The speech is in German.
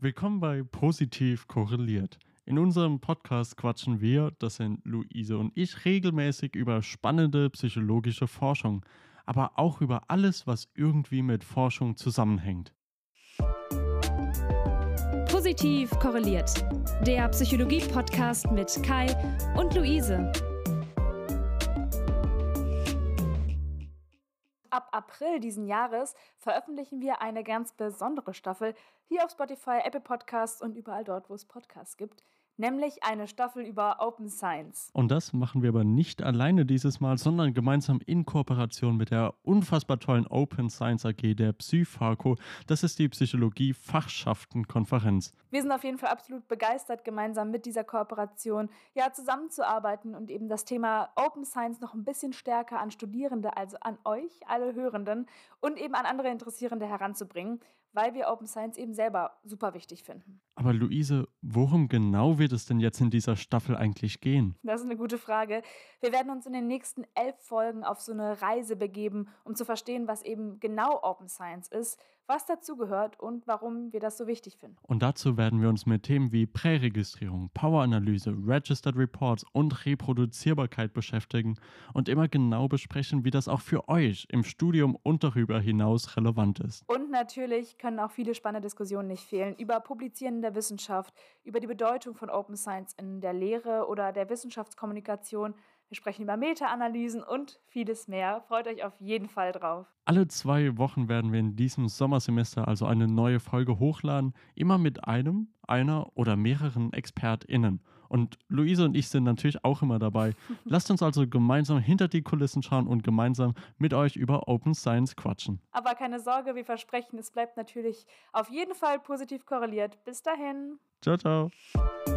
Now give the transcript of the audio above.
Willkommen bei Positiv korreliert. In unserem Podcast quatschen wir, das sind Luise und ich, regelmäßig über spannende psychologische Forschung, aber auch über alles, was irgendwie mit Forschung zusammenhängt. Positiv korreliert. Der Psychologie-Podcast mit Kai und Luise. Ab April diesen Jahres veröffentlichen wir eine ganz besondere Staffel hier auf Spotify, Apple Podcasts und überall dort, wo es Podcasts gibt, nämlich eine Staffel über Open Science. Und das machen wir aber nicht alleine dieses Mal, sondern gemeinsam in Kooperation mit der unfassbar tollen Open Science AG der Psy-Pharco. Das ist die Psychologie-Fachschaften-Konferenz. Wir sind auf jeden Fall absolut begeistert, gemeinsam mit dieser Kooperation zusammenzuarbeiten und eben das Thema Open Science noch ein bisschen stärker an Studierende, also an euch, alle Hörenden und eben an andere Interessierende heranzubringen, weil wir Open Science eben selber super wichtig finden. Aber Luise, worum genau wird es denn jetzt in dieser Staffel eigentlich gehen? Das ist eine gute Frage. Wir werden uns in den nächsten 11 Folgen auf so eine Reise begeben, um zu verstehen, was eben genau Open Science ist, was dazugehört und warum wir das so wichtig finden. Und dazu werden wir uns mit Themen wie Präregistrierung, Poweranalyse, Registered Reports und Reproduzierbarkeit beschäftigen und immer genau besprechen, wie das auch für euch im Studium und darüber hinaus relevant ist. Und natürlich können auch viele spannende Diskussionen nicht fehlen über Publizieren in der Wissenschaft, über die Bedeutung von Open Science in der Lehre oder der Wissenschaftskommunikation. Wir sprechen über Meta-Analysen und vieles mehr. Freut euch auf jeden Fall drauf. Alle 2 Wochen werden wir in diesem Sommersemester also eine neue Folge hochladen, immer mit einer oder mehreren ExpertInnen. Und Luise und ich sind natürlich auch immer dabei. Lasst uns also gemeinsam hinter die Kulissen schauen und gemeinsam mit euch über Open Science quatschen. Aber keine Sorge, wir versprechen, es bleibt natürlich auf jeden Fall positiv korreliert. Bis dahin. Ciao, ciao.